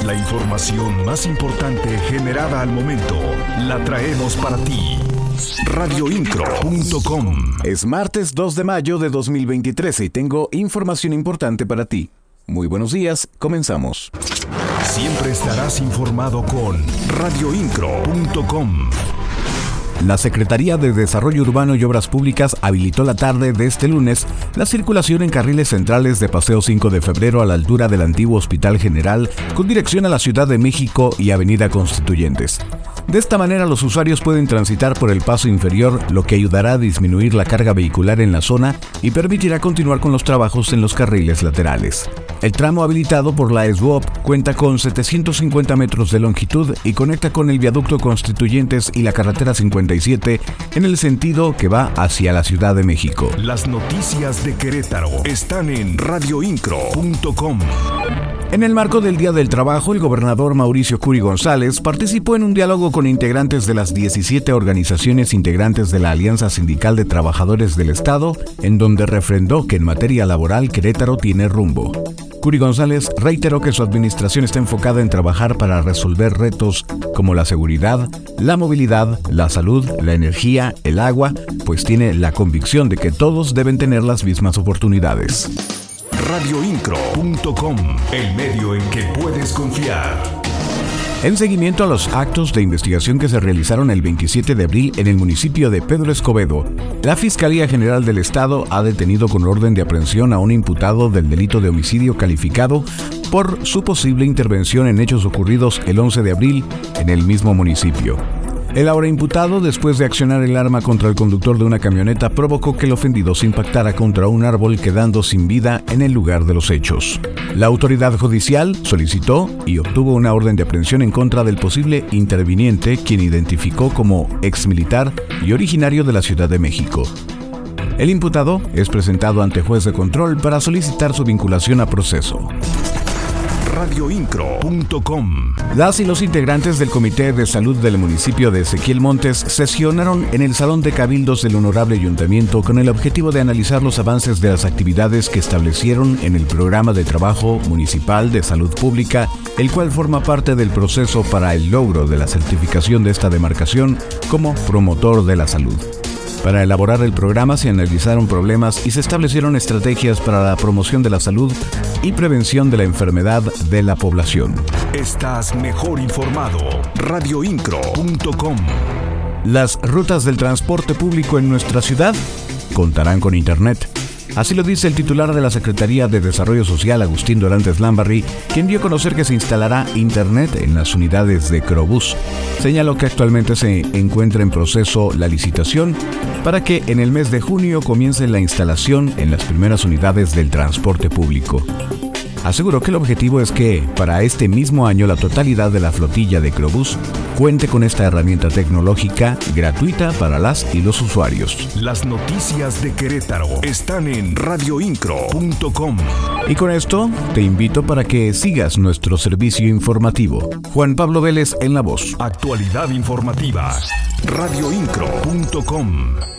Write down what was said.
La información más importante generada al momento la traemos para ti. Radioincro.com. Es martes 2 de mayo de 2023 y tengo información importante para ti. Muy buenos días, comenzamos. Siempre estarás informado con Radioincro.com. La Secretaría de Desarrollo Urbano y Obras Públicas habilitó la tarde de este lunes la circulación en carriles centrales de Paseo 5 de Febrero a la altura del antiguo Hospital General con dirección a la Ciudad de México y Avenida Constituyentes. De esta manera los usuarios pueden transitar por el paso inferior, lo que ayudará a disminuir la carga vehicular en la zona y permitirá continuar con los trabajos en los carriles laterales. El tramo habilitado por la SWOP cuenta con 750 metros de longitud y conecta con el viaducto Constituyentes y la carretera 57 en el sentido que va hacia la Ciudad de México. Las noticias de Querétaro están en Radioincro.com. En el marco del Día del Trabajo, el gobernador Mauricio Curi González participó en un diálogo con integrantes de las 17 organizaciones integrantes de la Alianza Sindical de Trabajadores del Estado, en donde refrendó que en materia laboral Querétaro tiene rumbo. Curi González reiteró que su administración está enfocada en trabajar para resolver retos como la seguridad, la movilidad, la salud, la energía, el agua, pues tiene la convicción de que todos deben tener las mismas oportunidades. Radioincro.com, el medio en que puedes confiar. En seguimiento a los actos de investigación que se realizaron el 27 de abril en el municipio de Pedro Escobedo, la Fiscalía General del Estado ha detenido con orden de aprehensión a un imputado del delito de homicidio calificado por su posible intervención en hechos ocurridos el 11 de abril en el mismo municipio. El ahora imputado, después de accionar el arma contra el conductor de una camioneta, provocó que el ofendido se impactara contra un árbol, quedando sin vida en el lugar de los hechos. La autoridad judicial solicitó y obtuvo una orden de aprehensión en contra del posible interviniente, quien identificó como exmilitar y originario de la Ciudad de México. El imputado es presentado ante juez de control para solicitar su vinculación a proceso. Radioincro.com. Las y los integrantes del Comité de Salud del municipio de Ezequiel Montes sesionaron en el Salón de Cabildos del Honorable Ayuntamiento con el objetivo de analizar los avances de las actividades que establecieron en el Programa de Trabajo Municipal de Salud Pública, el cual forma parte del proceso para el logro de la certificación de esta demarcación como promotor de la salud. Para elaborar el programa se analizaron problemas y se establecieron estrategias para la promoción de la salud y prevención de la enfermedad de la población. Estás mejor informado. Radioincro.com. Las rutas del transporte público en nuestra ciudad contarán con internet. Así lo dice el titular de la Secretaría de Desarrollo Social, Agustín Dorantes Lambarri, quien dio a conocer que se instalará internet en las unidades de Crobús. Señaló que actualmente se encuentra en proceso la licitación para que en el mes de junio comience la instalación en las primeras unidades del transporte público. Aseguró que el objetivo es que, para este mismo año, la totalidad de la flotilla de Crobús cuente con esta herramienta tecnológica gratuita para las y los usuarios. Las noticias de Querétaro están en Radioincro.com. Y con esto, te invito para que sigas nuestro servicio informativo. Juan Pablo Vélez en la voz. Actualidad informativa. Radioincro.com.